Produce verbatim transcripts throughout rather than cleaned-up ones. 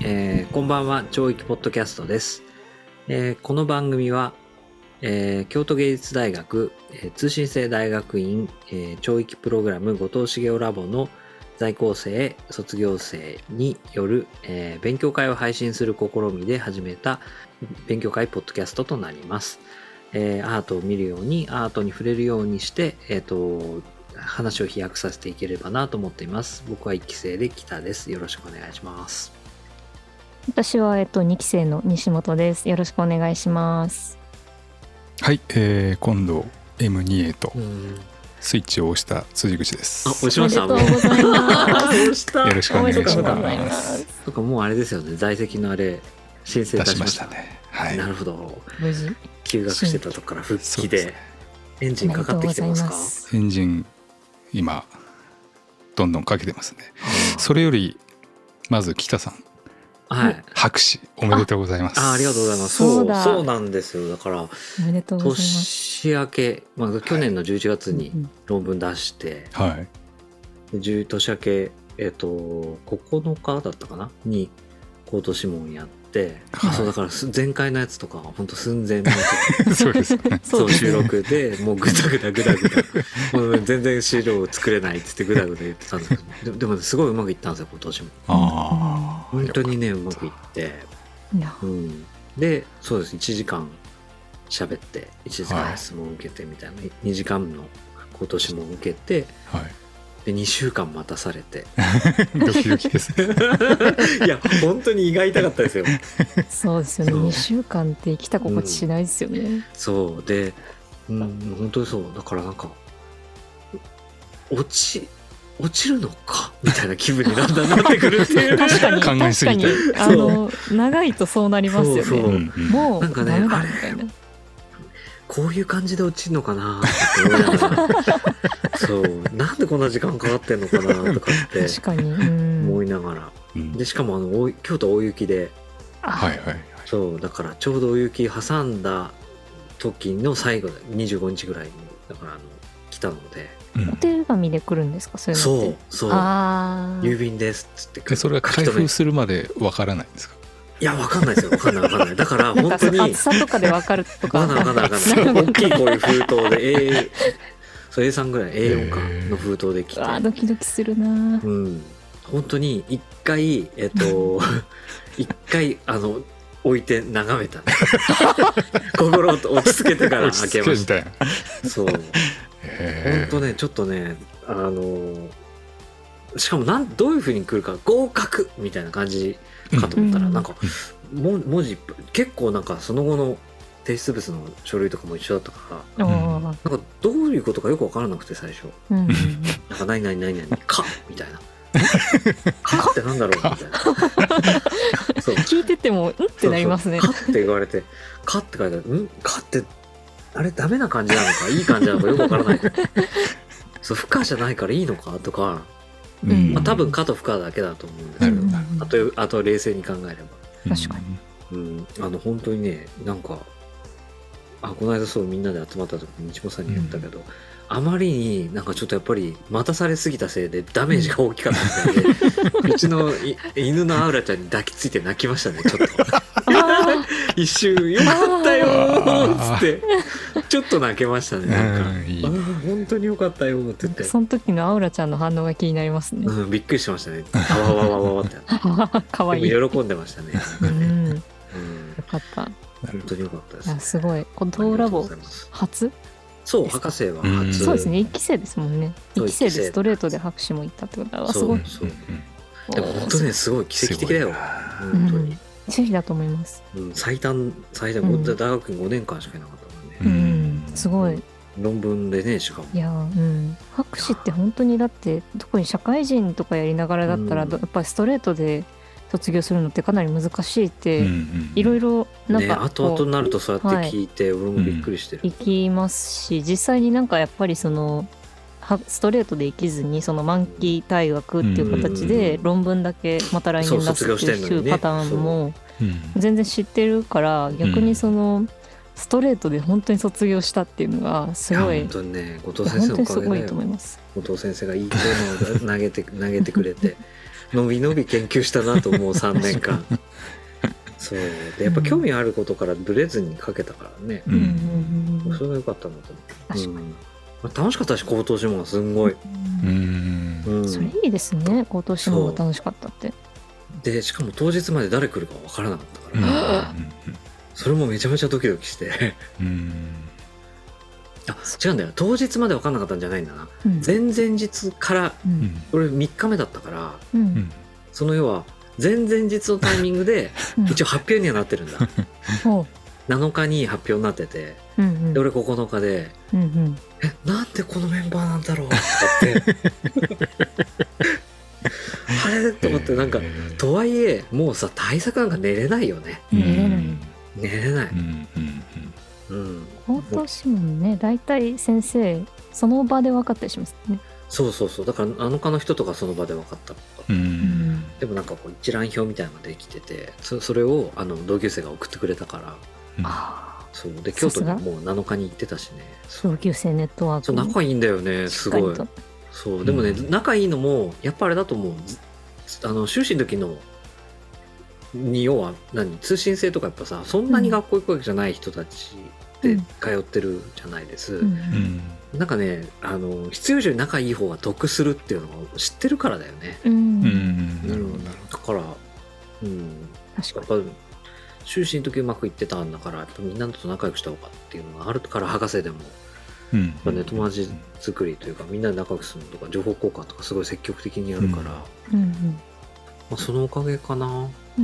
えー、こんばんは、教育ポッドキャストです。えー、この番組は、えー、京都芸術大学、えー、通信制大学院、えー、教育プログラム後藤茂雄ラボの在校生、卒業生による、えー、勉強会を配信する試みで始めた勉強会ポッドキャストとなります。えー、アートを見るように、アートに触れるようにして、えっと、話を飛躍させていければなと思っています。僕はいっき生で北です。よろしくお願いします。 私は、えっと、にき生の西本です。よろしくお願いします。 はい、えー、今度 エムツー へとスイッチを押した辻口です。 あ、押しました。 おめでとうございます。 よろしくお願いしおめでとうございま。 ますとかもうあれですよね。在籍のあれ申請出しました。 出しましたね。はい。 なるほど。 無事休学してたとこから復帰で、 ね、 エンジンかかってきてますか？ エンジン今どんどんかけてますね。それよりまず北さん。 はい、 拍手おめでとうございます。 あ, あ, ありがとうございます。 そうそうそうなんですよ。だからおめでとうございます。 年明け、まあ、去年のじゅういちがつに論文出して、 はい、 年明け、えっと、ここのかだったかなに口頭諮問やって、はい、あそうだから前回のやつとか本当寸前のそうですね。 そう収録でもうグダグダグダグダもう全然資料を作れないって言ってグダグダ言ってたんですけど、で, でもすごいうまくいったんですよ今年も。 あ本当にねうまくいって、うん、でそうですいちじかん喋っていちじかん質問を受けてみたいな、はい、にじかんの口頭諮問を受けて、 はい、 でにしゅうかん待たされてドキドキですね。 いや本当に胃が痛かったですよ。 そうですよね。にしゅうかんって生きた心地しないですよね、うん、 そうで、うん、本当にそうだからなんか落ち落ちるのかみたいな気分にだんだんなってくるっていう確かに考えすぎて確かにあの長いとそうなりますよね。 そうそう、 もうなんかねダメだみたいな、 こういう感じで落ちるのかなって思いながらそうなんでこんな時間かかってんのかなとかって確かに、うん、 思いながら、うん、でしかもあの京都大雪で、 はいはいはい、 そうだからちょうど大雪挟んだ時の最後にじゅうごにちぐらいにだからあの来たので、 うん、お手紙で来るんですか？そういうのって。 そうそうあ郵便ですっつってでそれは開封するまでわからないんですか？ いやわかんないですよわかんないわかんないだから本当に厚さとかでわかるとかわかんないわかんないわかんない大きいこういう封筒で A そう エースリー ぐらい エーよん かの封筒で来て、 あドキドキするな。 うん本当に一回えっと一回あの置いて眺めた心を落ち着けてから開けました。そう本当ねちょっとねあのしかもなんどういう風に来るか合格みたいな感じかと思ったら、うん、なんかも文字結構なんかその後の提出物の書類とかも一緒だったから、うん、なんかどういうことかよく分からなくて最初、うん、なんか何々何々かみたいなかってなんだろうみたいなそう聞いててもうんってなりますね。 そうそうかって言われてかって書いてあるんかってあれダメな感じなのかいい感じなのかよく分からないそう不可じゃないからいいのかとか、うんまあ、多分可と不可だけだと思うんですけど、うん、あとあと冷静に考えれば確かに、 うん、あの本当にねなんかあこの間そうみんなで集まった時に日本さんに言ったけど、うん、あまりになんかちょっとやっぱり待たされすぎたせいでダメージが大きかったみたいで、うん、うちの犬のアウラちゃんに抱きついて泣きましたねちょっと一瞬よかったよーっつってちょっと泣けましたねなんかいいあ本当によかったよって言ってその時のアウラちゃんの反応が気になりますね、 うん、びっくりしましたねあわわわわわってかわいいでも喜んでましたね、 うん、よかった本当に良かったです、ね、 すごい後藤ラボ初そう博士は初そうですねいっき生ですもんねいっき生でストレートで博士も行ったってことはすごいそうそう、うん、でも本当ねすごい奇跡的だよ本当に、うん、 奇跡だと思います、 うん、最短最短、うん、大学にごねんかんしかいなかったもんね、うん、すごい論文でねしかもいや、うん、博士って本当にだって特に社会人とかやりながらだったら、うん、やっぱりストレートで卒業するのってかなり難しいっていろいろなんか、 ね、後々になるとそうやって聞いて、はい、俺もびっくりしてる、 うん、行きますし実際になんかやっぱりそのストレートで行きずにその満期退学っていう形で論文だけまた来年出すっていうパターンも全然知ってるから逆にそのストレートで本当に卒業したっていうのがすごい本当にね後藤先生のおかげで後藤先生がいいテーマを投げて投げてくれてのびのび研究したなと思うさんねんかんそうでやっぱ興味あることからブレずに書けたからね、 うんうん、 それが良かったなと思う。 確かに、 うんまあ、楽しかったし口頭諮問はすんごい、 うんうん、 それいいですね口頭諮問が楽しかったってでしかも当日まで誰来るか分からなかったから、うん、それもめちゃめちゃドキドキしてうんあ違うんだよ当日まで分からなかったんじゃないんだな、うん、前々日から、うん、俺みっかめだったから、うん、その要は前々日のタイミングで一応発表にはなってるんだ、うん、なのかに発表になってて、うんうん、で俺ここのかで、うんうん、えなんでこのメンバーなんだろうとかってあれと思ってなんかとはいえもうさ対策なんか寝れないよね寝れない寝れない、 うんうん、 口頭諮問ね大体先生その場で分かったりしますね。 そうそうそうだからあの科の人とかその場で分かったとか、うん、でもなんかこう一覧表みたいなのができてて そ, それをあの同級生が送ってくれたから、うん、そうで京都にもうなのかに行ってたしね同級生ネットワークそう仲いいんだよねすごいそうでもね、うん、仲いいのもやっぱあれだと思うあの修士の時のに要は何通信制とかやっぱさそんなに学校行くわけじゃない人たちで通ってるじゃないです、うんうん、なんかねあの必要以上に仲いい方が得するっていうのを知ってるからだよね、うん、なるほどだから、うん、確かにやっぱ修士の時うまくいってたんだからやっぱみんなと仲良くした方がっていうのがあるから博士でも、うん、やっぱね、友達作りというかみんなで仲良くするのとか情報交換とかすごい積極的にやるから、うんうんまあ、そのおかげかな、うん、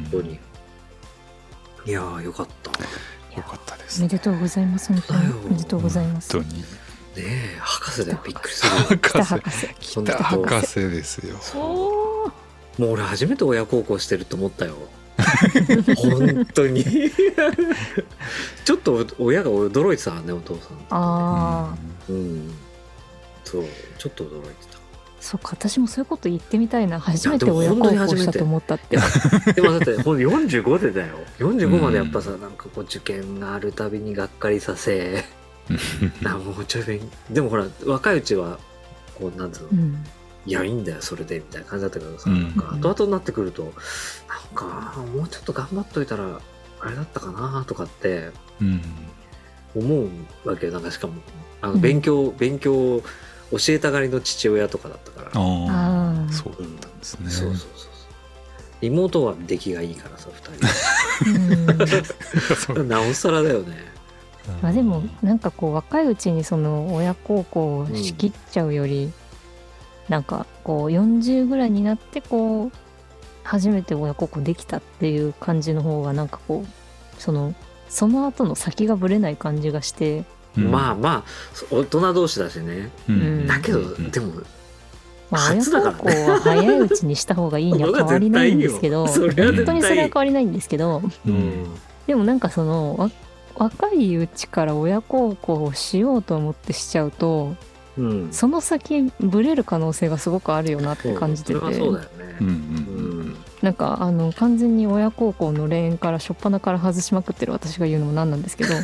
本当にいやーよかったよかったです、 ね、おめでとうございます本当におめでとうございます本当にねえ博士でびっくりする北博士北博士ですよそうもう俺初めて親孝行してると思ったよ本当にちょっと親が驚いてたねお父さんああうん、うん、そうちょっと驚いてたそうか私もそういうこと言ってみたいな初めて親孝行したと思ったってでもだってほんとよんじゅうごでだよよんじゅうごまでやっぱさ、うん、なんかこう受験があるたびにがっかりさせなもうちょい勉でもほら若いうちはこうなんつうの、うん、いやいいんだよそれでみたいな感じだったけどさ、うん、なんか後々になってくるとなんかもうちょっと頑張っといたらあれだったかなとかって思うわけよなんかしかもあの勉強、うん、勉強教えたがりの父親とかだったからああそうだったんですね、うん、 そうそうそう妹は出来がいいからさふたりなおさらだよねまあでもなんかこう若いうちにその親孝行を仕切っちゃうより、うん、なんかこうよんじゅうぐらいになってこう初めて親孝行できたっていう感じの方がなんかこうそのその後の先がぶれない感じがしてうん、まあまあ大人同士だしね、うん、だけど、うん、でも、 まあ、親孝行は早いうちにした方がいいには変わりないんですけど本当にそれは変わりないんですけど、うん、でもなんかその若いうちから親孝行をしようと思ってしちゃうと、うん、その先ブレる可能性がすごくあるよなって感じててそれはそうだよね、うんうんなんかあの完全に親孝行のレーンから初っ端から外しまくってる私が言うのもなんなんですけど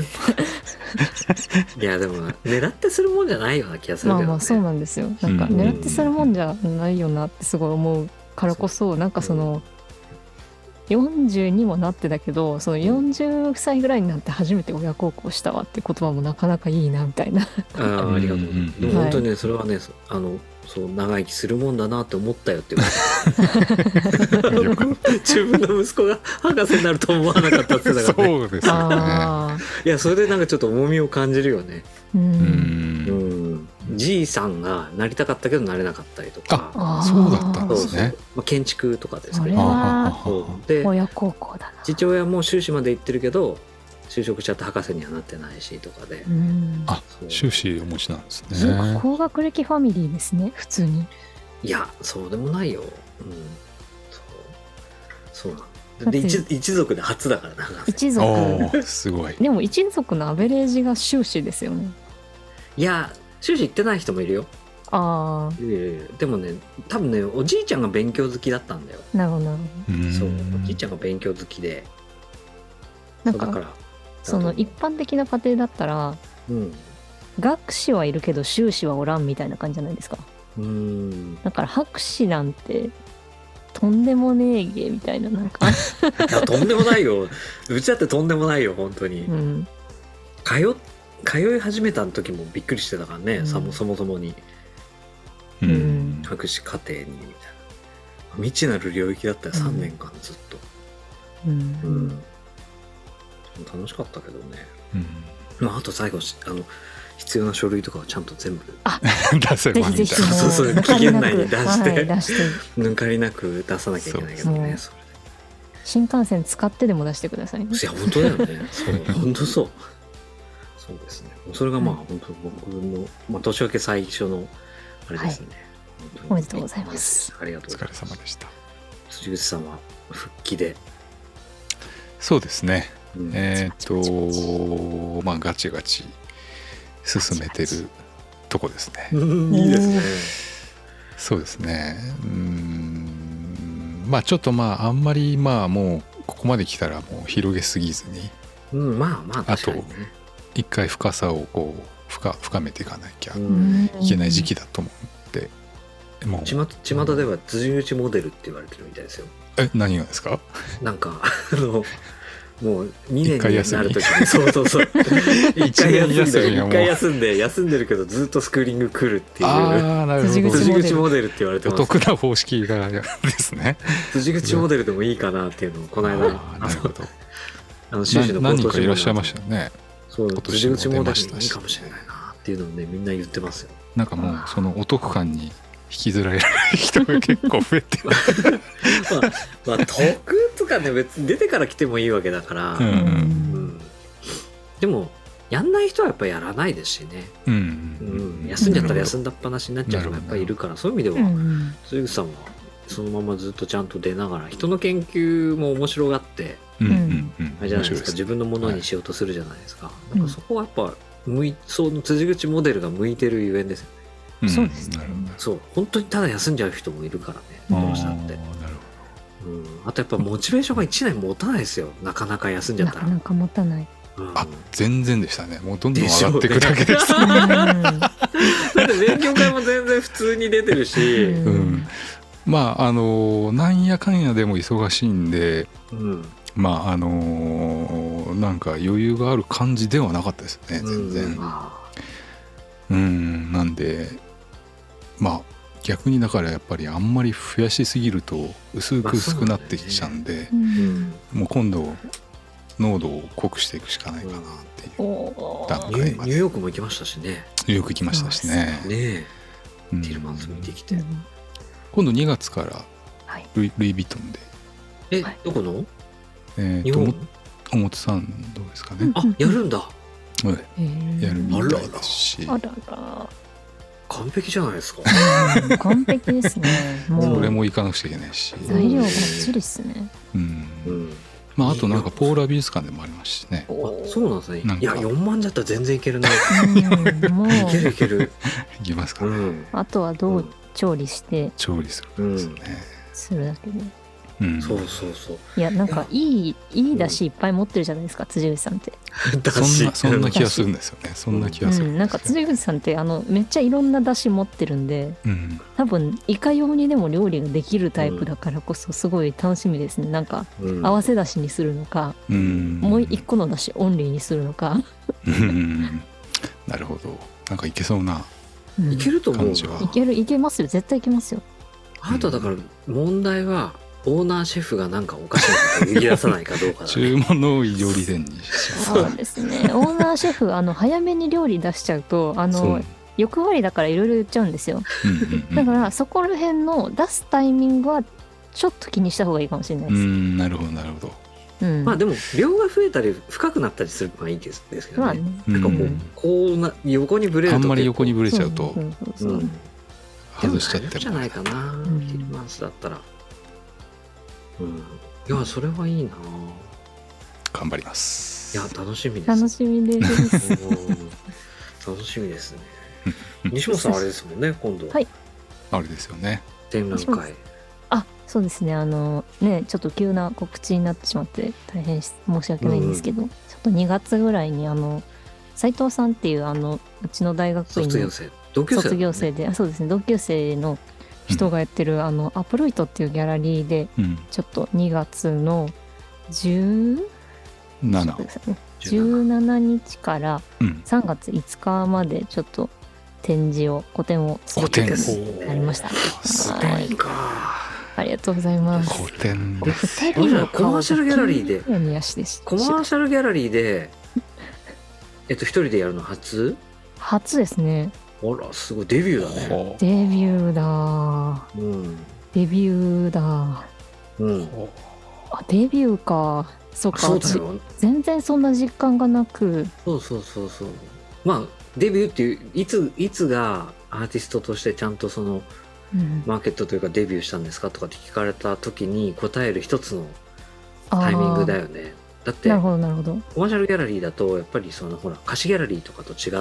いやでも狙ってするもんじゃないような気がするけどね。 まあまあそうなんですよなんか狙ってするもんじゃないよなってすごい思うからこそなんかそのよんじゅうにもなってだけどそのよんじゅっさいぐらいになって初めて親孝行したわって言葉もなかなかいいなみたいなあありがとうでも本当にねそれはねあのそう長生きするもんだなって思ったよって自分の息子が博士になると思わなかったって言ってたからねそうですよねいやそれでなんかちょっと重みを感じるよねうんうんじいさんがなりたかったけどなれなかったりとかあそうだったんですねそうそう、まあ、建築とかですけどで親孝行だな父親も修士まで行ってるけど就職しちゃった博士にはなってないしとかでうんあ修士お持ちなんですねそうか高学歴ファミリーですね普通にいやそうでもないよ、うん、そうそうなんで 一, 一族で初だからな一族すごいでも一族のアベレージが修士ですよねいや修士行ってない人もいるよああでもね多分ねおじいちゃんが勉強好きだったんだよなるほどなるほどそうおじいちゃんが勉強好きでなんかそうだからその一般的な家庭だったら、うん、学士はいるけど修士はおらんみたいな感じじゃないですか。 うんだから博士なんてとんでもねえゲみたいな、なんかいやとんでもないよ、うちだってとんでもないよ本当に、うん、通通い始めた時もびっくりしてたからね、うん、そもそもそもに、うん、博士課程にみたいな未知なる領域だったよ、さんねんかんずっと、うんうん、楽しかったけどね、うんまあ、あと最後あの必要な書類とかをちゃんと全部出せばみたいな、 そうそう期限内に出して、 はい、出して抜かりなく出さなきゃいけないけどね、それで新幹線使ってでも出してくださいね。 いや本当だよねそう本当そうそうですね、それがまあ、はい、本当僕の、まあ、年明け最初のあれですね、 はい、おめでとうございます。 ありがとうございます。 お疲れ様でした。 辻口さんは復帰で。 そうですね、うん、えっ、ー、とまあガチガチ進めてるとこですね。 いいですね。 そうですね。うーんまあちょっとまああんまりまあもうここまで来たらもう広げすぎずに、 うん、まあまあ確かにね、 あと一回深さをこう 深, 深めていかなきゃいけない時期だと思って、うん、もうちまたでは辻口モデルって言われてるみたいですよ。 え何がですか？ なんかあのもうにねんになるときにそうそうそう一回休んで一回休んで休んでるけどずっとスクーリング来るっていう、 あなるほど辻口モデルって言われてます。 お得な方式がですね辻口モデルでもいいかなっていうのをこの間あなるほどあの修士の何人かいらっしゃいましたね。 そう辻口モデルいいかもしれないなっていうのをねみんな言ってますよ。 なんかもうそのお得感に引きずられる人が結構増えてるまあ、まあ得とかね別に出てから来てもいいわけだから、うんうん、でもやんない人はやっぱりやらないですしね、うんうん、休んじゃったら休んだっぱなしになっちゃう人がやっぱりいるから、そういう意味では辻口さんはそのままずっとちゃんと出ながら人の研究も面白がって、うんうんうん、あれじゃないですか、自分のものにしようとするじゃないですか、はい、なんかそこはやっぱ向いその辻口モデルが向いてるゆえんですよね。 うん、そうですね。 そう本当にただ休んじゃう人もいるからね、どうしたって。なるほど、うん、あとやっぱモチベーションがいちねん持たないですよ、なかなか休んじゃったら。 なかなか持たない、 うん、あ全然でしたね。もうどんどん上がっていくだけでした、 ね、だって勉強会も全然普通に出てるし、うん、 まああのなんやかんやでも忙しいんで、うん、まああのなんか余裕がある感じではなかったですね全然、うんうん、なんでまあ逆にだからやっぱりあんまり増やしすぎると薄く薄くなってきちゃうんで、まあね、もう今度濃度を濃くしていくしかないかなっていう段階まで。 ニューヨークも行きましたしね。 ニューヨーク行きましたしね。 ねえ、うん、ティルマンズ見てきて、 今度にがつからルイ、はい、ルイ・ヴィトンで。 え、どこの？ えー、とおもつさんどうですかね。 あ、やるんだ。 はい、やるみたいですし。 あらら完璧じゃないですか。 完璧ですね。 もうそれも行かなくちゃいけないし。 材料ばっちりですね。 うん。うん、まああとなんかポーラ美術館でもありますしね。 あ、そうなんですね。いやよんまんじゃったら全然いけるな。もういけるいける。 いきますかね、うん。 あとはどう調理して、 調理するんですね。 するだけで。 うん、そうそうそう。 いやなんかいいいいだしいっぱい持ってるじゃないですか、辻口さんって。 そんなそんな気がするんですよね。そんな気がする、 うん、なんか辻口さんってあのめっちゃいろんなだし持ってるんで、うん、多分いかようにでも料理ができるタイプだからこそすごい楽しみですね。なんか合わせだしにするのか、うん、もう一個のだしオンリーにするのか。 うん、なるほど。なんかいけそうな、 うん、いけると思う。いけるいけますよ、絶対いけますよ。 あとだから問題はオーナーシェフがなんかおかしなことを言い出さないかどうかだ、ね、 注文の多い料理店にそうですね。オーナーシェフあの早めに料理出しちゃうとあの欲張りだからいろいろ言っちゃうんですよ。だからそこら辺の出すタイミングはちょっと気にした方がいいかもしれないです。うん、 なるほどなるほど。 うん、まあでも量が増えたり深くなったりするのがいいですけどね。まあね、なんかこう、うん、こうな横にブレるとあんまり横にブレちゃうと外しちゃってるじゃないかな。フィルマンスだったら。うん、いやそれはいいな。 頑張ります。 いや楽しみです。 楽しみです。 楽しみですね。西本さんあれですもんね今度。 はい。 あれですよね。 展覧会。 あ、そうですね。あのねちょっと急な告知になってしまって大変申し訳ないんですけど、うん、ちょっとにがつぐらいにあの斉藤さんっていうあのうちの大学院の卒業生同級生、ね、 卒業生で、あそうですね同級生の人がやってる、うん、あのアプロイトっていうギャラリーで、うん、ちょっとにがつのじゅうなな、ね、じゅうしちからさんがついつかまでちょっと展示を個展を個展ありました。 個展か、 ありがとうございます。 個展コマーシャルギャラリーでコマーシャルギャラリーでえっと一人でやるの初初ですね。 あらすごい、デビューだね。 デビューだ、うん、デビューだ、うん、あデビューか。そうか、そうだよ。全然そんな実感がなく。 そうそうそうそう。まあデビューっていういついつがアーティストとしてちゃんとその、うん、マーケットというかデビューしたんですかとかって聞かれた時に答える一つのタイミングだよね。だってなるほどなるほど。 コマーシャルギャラリーだとやっぱりそのほら貸しギャラリーとかと違って、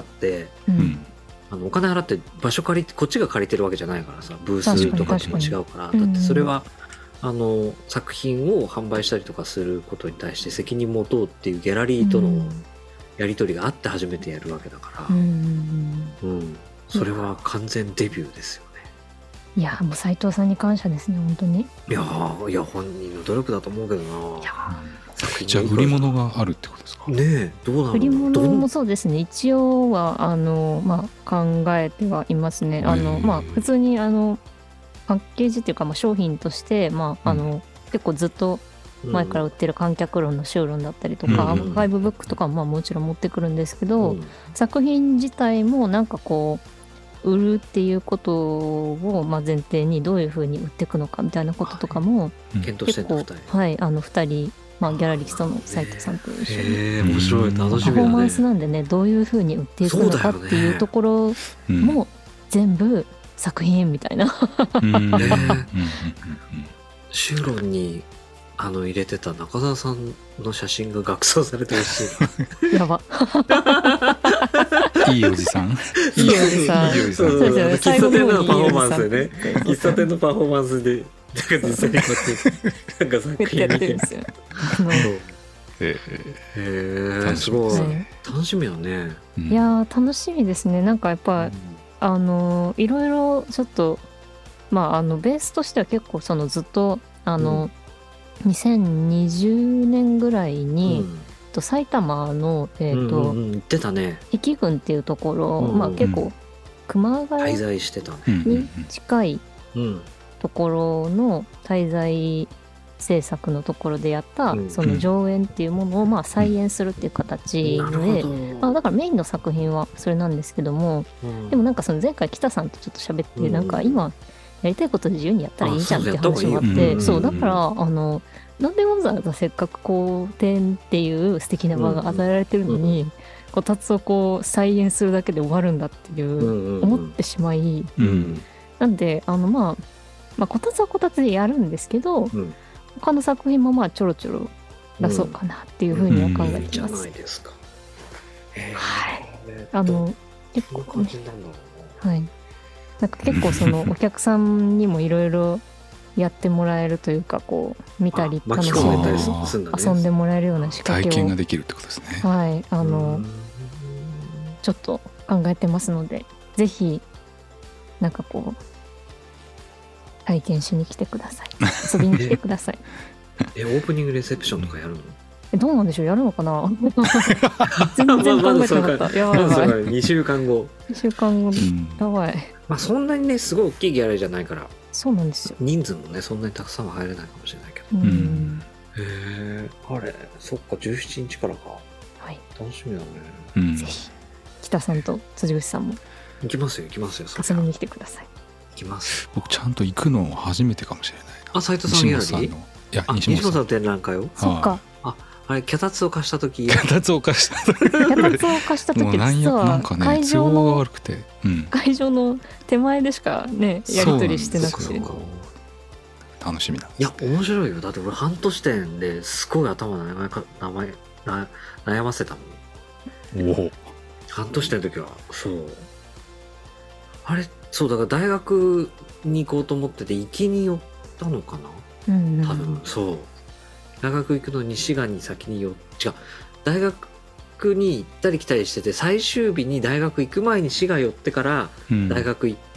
うん、あのお金払って場所借りてこっちが借りてるわけじゃないからさ、ブースとかとも違うから、だってそれは、うん、あの作品を販売したりとかすることに対して責任持とうっていうギャラリーとのやり取りがあって初めてやるわけだから、うんうん、それは完全デビューですよね。 いやもう斉藤さんに感謝ですね本当に。 いやいや本人の努力だと思うけどな。 いやじゃあ売り物があるってことですかね。 えどうなの。 売り物もそうですね、一応はあの、まあ、考えてはいますね。あの、まあ、普通にあのパッケージっていうか、まあ、商品として、まああのうん、結構ずっと前から売ってる観客論の修論だったりとか、うん、アーカイブブックとかもまあもちろん持ってくるんですけど、うん、作品自体もなんかこう売るっていうことをまあ前提にどういうふうに売っていくのかみたいなこととかも結構、はい、あのふたり、まあ、ギャラリストの斉藤さんと一緒に、 えー、面白い、楽しみだね。 パフォーマンスなんでね、どういうふうに売っていくのかっていうところも全部作品みたいな、 修論にあの入れてた中澤さんの写真が額装されてほしいやばいいおじさんいいおじさん喫茶店のパフォーマンスでね喫茶店のパフォーマンスでなんか実際にこうやってなんか作品見てるんですよ。へえすごい楽しみだね。 いや楽しみですね。なんかやっぱ、うん、あのいろいろちょっとまああのベースとしては結構そのずっとあの、うん、にせんにじゅうねんぐらいに、うん、と埼玉の、えーとうんうん、言ってたね、 比企郡っていうところ、うんうん、まあ、結構熊谷滞在してたに近いところの滞在制作のところでやった、うん、その上演っていうものをまあ再演するっていう形で、うんまあ、だからメインの作品はそれなんですけども、うん、でもなんかその前回北さんとちょっと喋って、うん、なんか今やりたいこと自由にやったらいいじゃんって話もあって、そうだからあのなんでわざわざせっかくこう展っていう素敵な場が与えられてるのに、うん、こたつをこう再演するだけで終わるんだっていう思ってしまい、うん、なんであの、まあ、まあこたつはこたつでやるんですけど、うん、他の作品もまあちょろちょろ出そうかなっていうふうには考えてます。 いいじゃないですか。 はい。あの結構ね、はい。なんか結構そのお客さんにもいろいろやってもらえるというかこう見たり楽しんだり遊んでもらえるような仕掛けを体験ができるってことですね。 はいあのちょっと考えてますのでぜひなんかこう体験しに来てください。遊びに来てください。 えオープニングレセプションとかやるの？ えどうなんでしょうやるのかな。全然考えてなかった。やばい。 にしゅうかんご。 にしゅうかんごやばい。 まあそんなにねすごい大きいギャラリーじゃないから。 そうなんですよ。 人数もねそんなにたくさんは入れないかもしれないけど。うん、へえあれそっかじゅうしちにちからか。はい。楽しみだね。 うん、ぜひ北さんと辻口さんも行きますよ行きますよ。 遊びに来てください。 行きます。 僕ちゃんと行くの初めてかもしれないな。 あ斉藤さんギャラリー？いや西本さんの展覧会を。 そっか。 ああれ脚立を貸した時。 脚立を貸した時。 脚立を貸した時実は会場の悪くて、うん、 会場の手前でしかねやり取りしてなくて。 楽しみだ。 いや面白いよ。だって俺半年展ですごい頭の名前悩ませたもん。おお。半年展の時はそうあれそうだから大学に行こうと思ってて行きに寄ったのかな。うんうん、多分そう大学行くのに滋賀に先に寄っ違う大学に行ったり来たりしてて最終日に大学行く前に滋賀寄ってから大学行って、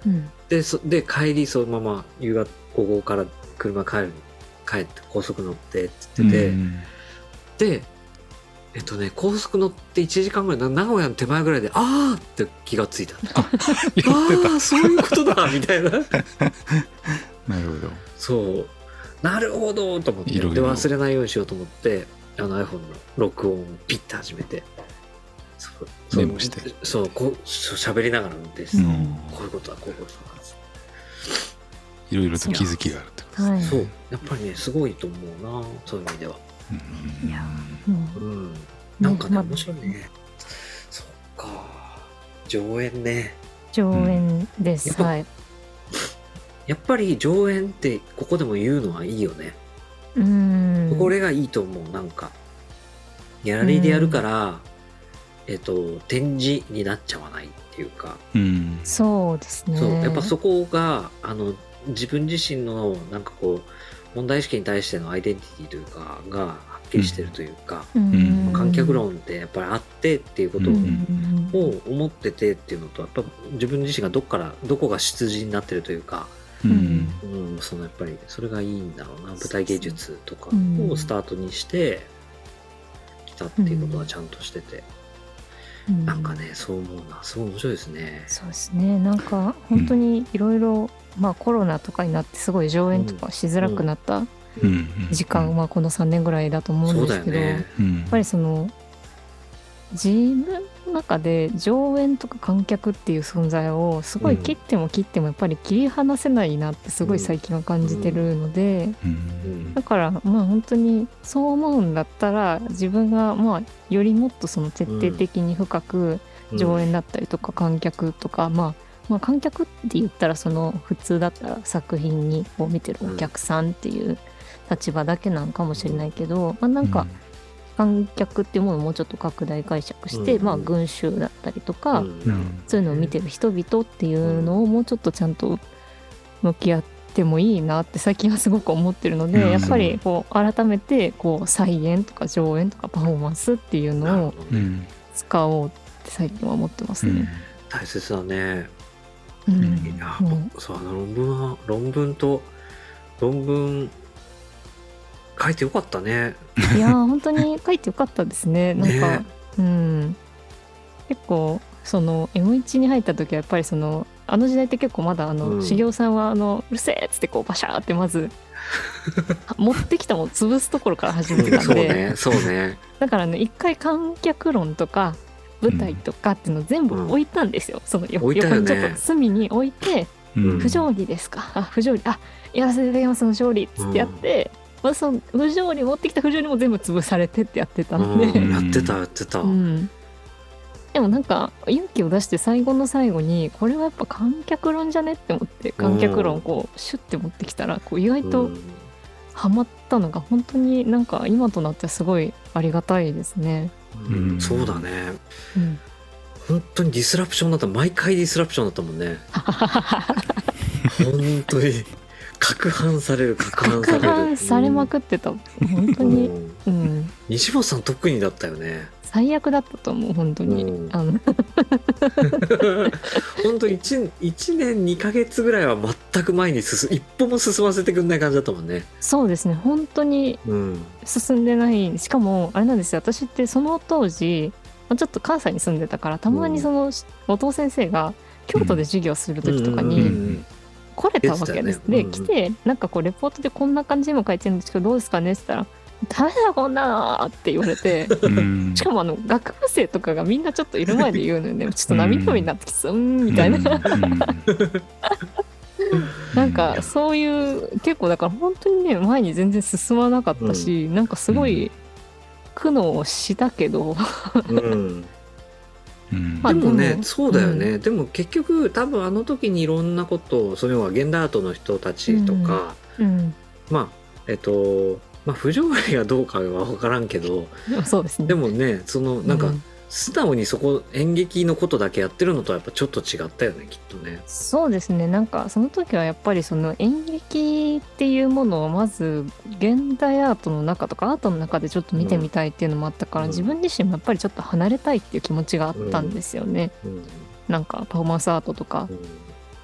うん、 でそで帰りそのまま夕方午後から車帰る帰って高速乗ってって言ってて、うん、でえっとね高速乗っていちじかんぐらい名古屋の手前ぐらいであーって気がついたああそういうことだみたいななるほどそうなるほどと思っていろいろで忘れないようにしようと思ってあの iPhone の録音をピッて始めてそうメモしてそうこう喋りながら運転して、うん、こういうことだこういうことだいろいろと気づきがあるってことですね、 はい、そうやっぱりねすごいと思うなそういう意味では、 うん、いや、 うんうん、なんかね面白いねそっか上演ね上演です、うん、はいやっぱり上演ってここでも言うのはいいよねうんこれがいいと思うなんかギャラリーでやるからえっと展示になっちゃわないっていうか、 うん、 そうですねそうやっぱそこがあの自分自身のなんかこう問題意識に対してのアイデンティティというかがはっきりしてるというか、うん、観客論ってやっぱりあってっていうことを思っててっていうのとやっぱ自分自身がどっからどこが出自になってるというか、うんうん、そのやっぱりそれがいいんだろうな舞台芸術とかをスタートにしてきたっていうことはちゃんとしてて、うん、なんかねそう思うなすごい面白いですね。 そうですねなんか本当にいろいろまあコロナとかになってすごい上演とかしづらくなった時間、うんうん、まあこのさんねんぐらいだと思うんですけど、ねうん、やっぱりその自分の中で上演とか観客っていう存在をすごい切っても切ってもやっぱり切り離せないなってすごい最近は感じてるので、うんうん、だからまあ本当にそう思うんだったら自分がまあよりもっとその徹底的に深く上演だったりとか観客とか、まあ、まあ観客って言ったらその普通だったら作品にを見てるお客さんっていう立場だけなんかもしれないけど、まあなんか観客っていうものをもうちょっと拡大解釈して、うん、まあ群衆だったりとか、うん、そういうのを見てる人々っていうのをもうちょっとちゃんと向き合ってもいいなって最近はすごく思ってるので、うん、やっぱりこう改めてこう再演とか上演とかパフォーマンスっていうのを使おうって最近は思ってますね。うん、 大切だね。 うん、 いや、うん、そうあの論文は論文と論文書いてよかったね。 いや本当に書いてよかったですね。なんか、ね、うん結構その エムワン に入った時はやっぱりそのあの時代って結構まだあの、うん、茂雄さんはあのうるせえっつってこうバシャーってまず持ってきたもの潰すところから始めてたんで、 うん、そうねそうね。 だからね一回観客論とか舞台とかっていうのを全部置いたんですよ。うん、その横にちょっと隅に置いて、うん、不条理ですかあ不条理あやらせていただきます不条理っつってやって。うんまあ、その不条理持ってきた不条理も全部潰されてってやってたんで、 うん、やってたやってた、 うん、でもなんか勇気を出して最後の最後にこれはやっぱ観客論じゃねって思って観客論をこうシュッて持ってきたらこう意外とハマったのが本当になんか今となってはすごいありがたいですね。 うん、そうだね、うん、本当にディスラプションだった毎回ディスラプションだったもんね本当に攪拌される攪拌される攪拌されまくってた、うん、本当に、うんうん、 西本さん特にだったよね。 最悪だったと思う本当に、うん、あの本当 1, いちねんにかげつぐらいは全く前に進一歩も進ませてくんない感じだったもんね。 そうですね本当に進んでない、うん、しかもあれなんですよ私ってその当時ちょっと関西に住んでたからたまにその、うん、後藤先生が京都で授業する時とかに、うんうんうんうん来れたわけです、ねうんうん、で来てなんかこうレポートでこんな感じでも書いてるんですけどどうですかねって言ったらダメだこんなのって言われてしかもあの学部生とかがみんなちょっといる前で言うのよねちょっと涙になってきそううんみたいななんかそういう結構だから本当にね前に全然進まなかったし、うん、なんかすごい苦悩したけど、うんうん、でもねそうだよね、うん、でも結局多分あの時にいろんなことをそれは現代アートの人たちとか、うんうん、まあえっとまあ不条理がどうかは分からんけどそうですね、 でもねそのなんか、うん素直にそこ演劇のことだけやってるのとはやっぱちょっと違ったよねきっとね。 そうですねなんかその時はやっぱりその演劇っていうものをまず現代アートの中とかアートの中でちょっと見てみたいっていうのもあったから、うん、自分自身もやっぱりちょっと離れたいっていう気持ちがあったんですよね、うんうん、なんかパフォーマンスアートとか、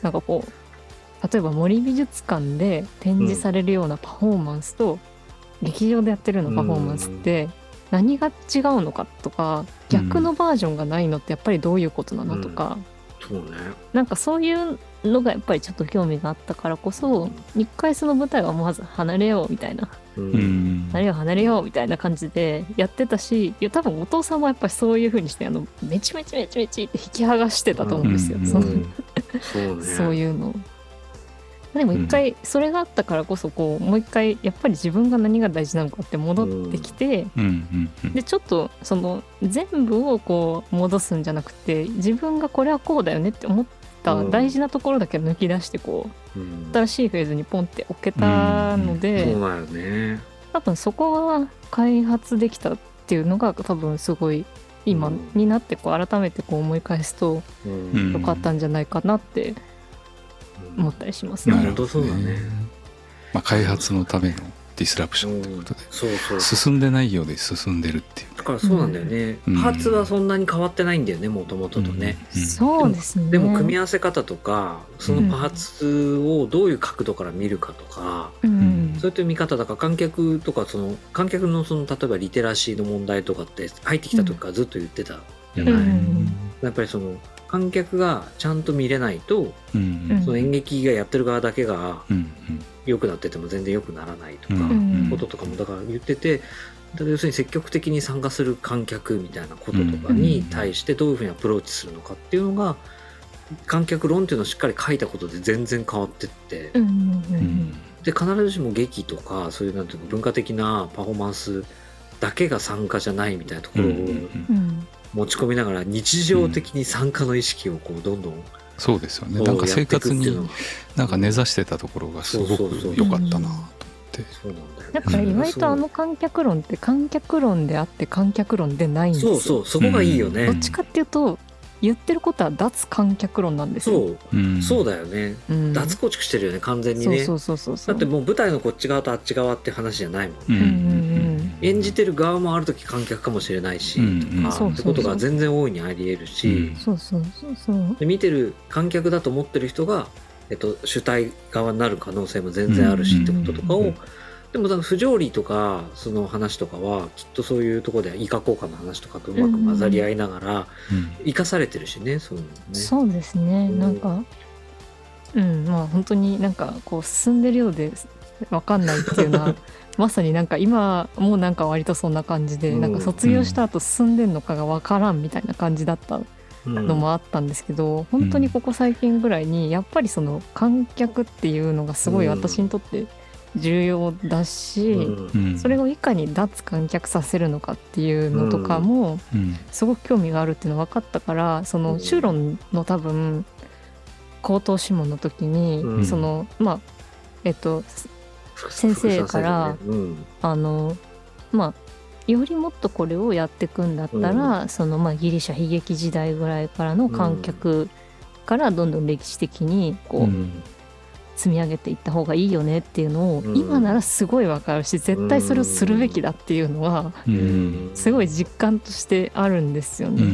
なんかこう例えば森美術館で展示されるようなパフォーマンスと、うん、劇場でやってるようなパフォーマンスって何が違うのかとか、逆のバージョンがないのってやっぱりどういうことなのとか、 うん、そうね、 なんかそういうのがやっぱりちょっと興味があったからこそ、一回その舞台はまず離れようみたいな、うん、離れよう離れようみたいな感じでやってたし、いや多分お父さんもやっぱりそういう風にしてあのめちめちめちめちって引き剥がしてたと思うんですよ、うん、そ, のそうね、そういうの。でも一回それがあったからこそこうもう一回やっぱり自分が何が大事なのかって戻ってきて、でちょっとその全部をこう戻すんじゃなくて、自分がこれはこうだよねって思った大事なところだけ抜き出してこう、うん、新しいフェーズにポンって置けたので、 そうだよね、 多分そこは開発できたっていうのが多分すごい今になってこう改めてこう思い返すと良かったんじゃないかなって思ったりしますね。 なるほど、そうだね。 まあ、開発のためのディスラプションということで、 そうそう、 進んでないようで進んでるっていう。 だからそうなんだよね、うん、パーツはそんなに変わってないんだよね、もともととね、 うんうん、そうですね。 でも組み合わせ方とかそのパーツをどういう角度から見るかとか、うん、そういった見方だから、観客とかその観客のその例えばリテラシーの問題とかって入ってきた時からずっと言ってたじゃない、うん、やっぱりその観客がちゃんと見れないと、うん、その演劇がやってる側だけが良くなってても全然良くならないとか、うん、こととかもだから言ってて、だから要するに積極的に参加する観客みたいなこととかに対してどういうふうにアプローチするのかっていうのが、観客論っていうのをしっかり書いたことで全然変わってって、うん、で必ずしも劇とかそういうなんていうの文化的なパフォーマンスだけが参加じゃないみたいなところを、うん持ち込みながら日常的に参加の意識をこうどんどん、うん、 そうですよね。なんか生活になんか根ざしてたところがすごく良かったなと思って。 だから意外とあの観客論って観客論であって観客論でないんですよ。 そうそう、そこがいいよね。 どっちかっていうと言ってることは脱観客論なんですよ。 そう、うん、そうだよね、うん、脱構築してるよね完全にね。 そうそうそうそう。 だってもう舞台のこっち側とあっち側って話じゃないもんね、うんうんうん、演じてる側もある時観客かもしれないし、うんうん、とかってことが全然大いにありえるし、 そうそうそうそう。 で見てる観客だと思ってる人が、えっと、主体側になる可能性も全然あるしってこととかを、うんうんうん、でも不条理とかその話とかはきっとそういうところでイカ効果の話とかとうまく混ざり合いながら生かされてるしね、うん、そういうのね。 そうですね、うん、なんかうんまあ本当になんかこう進んでるようで分かんないっていうのはまさになんか今もなんか割とそんな感じで、うん、なんか卒業した後進んでんのかが分からんみたいな感じだったのもあったんですけど、うん、本当にここ最近ぐらいにやっぱりその観客っていうのがすごい私にとって重要だし、うん、それをいかに脱観客させるのかっていうのとかもすごく興味があるっていうの分かったから、その修論の多分口頭諮問の時に、うん、そのまあえっと先生から、ねうん、あのまあよりもっとこれをやっていくんだったら、うん、そのまあギリシャ悲劇時代ぐらいからの観客からどんどん歴史的にこう、うん積み上げていった方がいいよねっていうのを、うん、今ならすごいわかるし絶対それをするべきだっていうのは、うん、すごい実感としてあるんですよね、うん、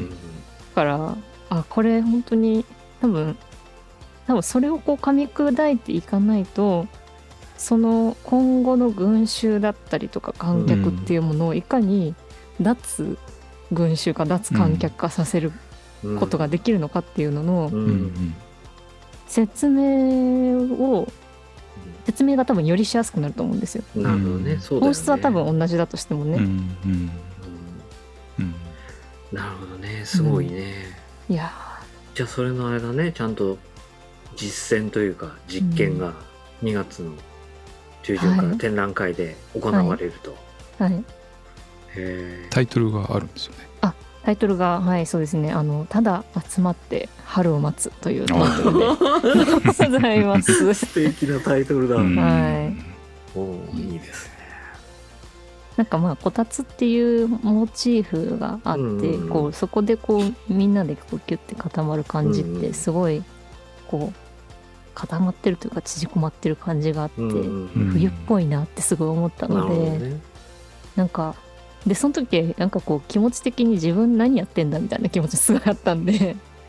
だからあこれ本当に多分多分それをこう噛み砕いていかないとその今後の群衆だったりとか観客っていうものをいかに脱群衆か脱観客化させることができるのかっていうのの、うんうん説明を説明が多分よりしやすくなると思うんですよ。 なるほどね。そうだよね。 本質は多分同じだとしてもね。うんうんうん、なるほどね。すごいね。うん、いやじゃあそれのあれだね。ちゃんと実践というか実験がにがつの中旬から展覧会で行われると。はい。はい、 へタイトルがあるんですよね。 あタイトルがはいそうですねあのただ集まって春を待つというタイトルでございます素敵なタイトルだ、 はいおいいですね。 なんかまあこたつっていうモチーフがあって、うん、こうそこでこうみんなでこうキュッて固まる感じってすごいこう固まってるというか縮こまってる感じがあって、うん、冬っぽいなってすごい思ったので、ね、なんかでその時なんかこう気持ち的に自分何やってんだみたいな気持ちすごいあったんで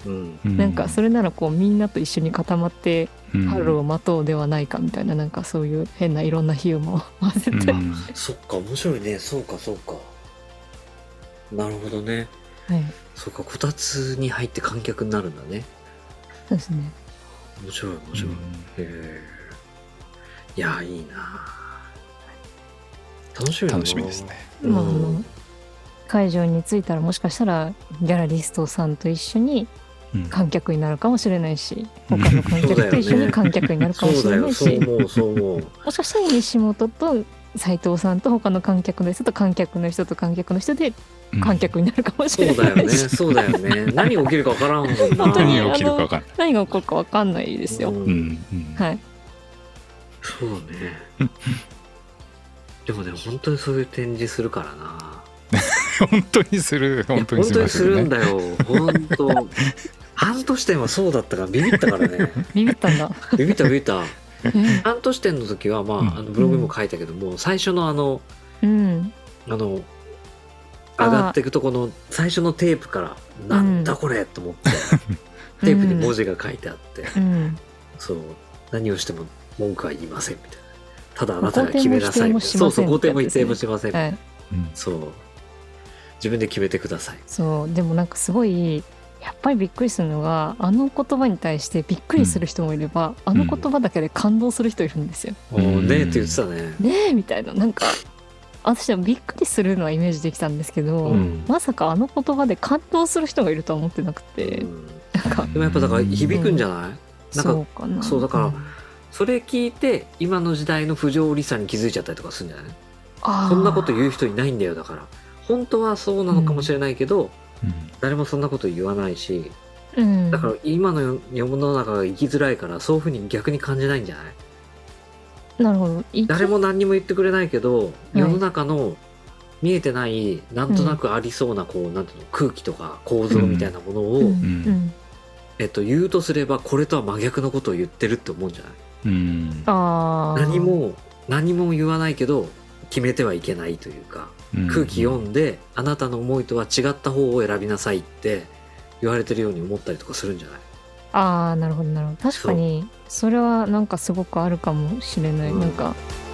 うん、なんかそれならこうみんなと一緒に固まって春を待とうではないかみたいな、なんかそういう変ないろんなヒューマンを混ぜて、うん、 そっか面白いね。そうかそうか、なるほどね、はい、そうか、こたつに入って観客になるんだね。 そうですね、 面白い面白い、うん、へえ、いやいいな、楽しみだな。 楽しみですね、 うん、まあ、あの会場に着いたらもしかしたらギャラリストさんと一緒に観客になるかもしれないし、うん、他の観客と一緒に観客になるかもしれないし、 そうだよね、そう思うそう思うもしかしたら西本と斉藤さんと他の観客の人と観客の人と観客の人で観客になるかもしれない、 うん、そうだよねそうだよね何が起きるか分からんもんな。 本当に何が起きるか分かんない、 何が起こるか分かんないですよ、うんうん、はい、 そうねでもね本当にそういう展示するからな本当にする本当にする、ね、 本当にするんだよ本当半年展はそうだったからビビったからねビビったんだビビったビビった半年展の時は、まあ、うん、あのブログにも書いたけども、うん、最初のあの、うん、あの上がっていくとこの最初のテープからなんだこれ、うん、と思ってテープに文字が書いてあって、うん、そう何をしても文句は言いませんみたいな、ただあなたが決めなさいみたいな、そうそう肯定も否定もしませんみたいな、はい、そう自分で決めてください。 そうでもなんかすごいやっぱりびっくりするのが、あの言葉に対してびっくりする人もいれば、うん、あの言葉だけで感動する人いるんですよ、 うん、おねえって言ってたねねえみたいな、なんか私はびっくりするのはイメージできたんですけど、うん、まさかあの言葉で感動する人がいるとは思ってなくて、うん、なんかでもやっぱだから響くんじゃない、うん、なんかそうかな、そうだから、うん、それ聞いて今の時代の不条理さに気づいちゃったりとかするんじゃない。あ、そんなこと言う人いないんだよ、だから本当はそうなのかもしれないけど、うん、誰もそんなこと言わないし、うん、だから今の世の中が生きづらいからそういうふうに逆に感じないんじゃない。 なるほど。 誰も何にも言ってくれないけど、世の中の見えてないなんとなくありそうなこう、なんていうの、空気とか構造みたいなものを、うん、えっと、言うとすればこれとは真逆のことを言ってるって思うんじゃない、うん、あ何も何も言わないけど決めてはいけないというか、うん、空気読んであなたの思いとは違った方を選びなさいって言われてるように思ったりとかするんじゃない。 ああ、なるほどなるほど。確かにそれはなんかすごくあるかもしれない、うん、なんか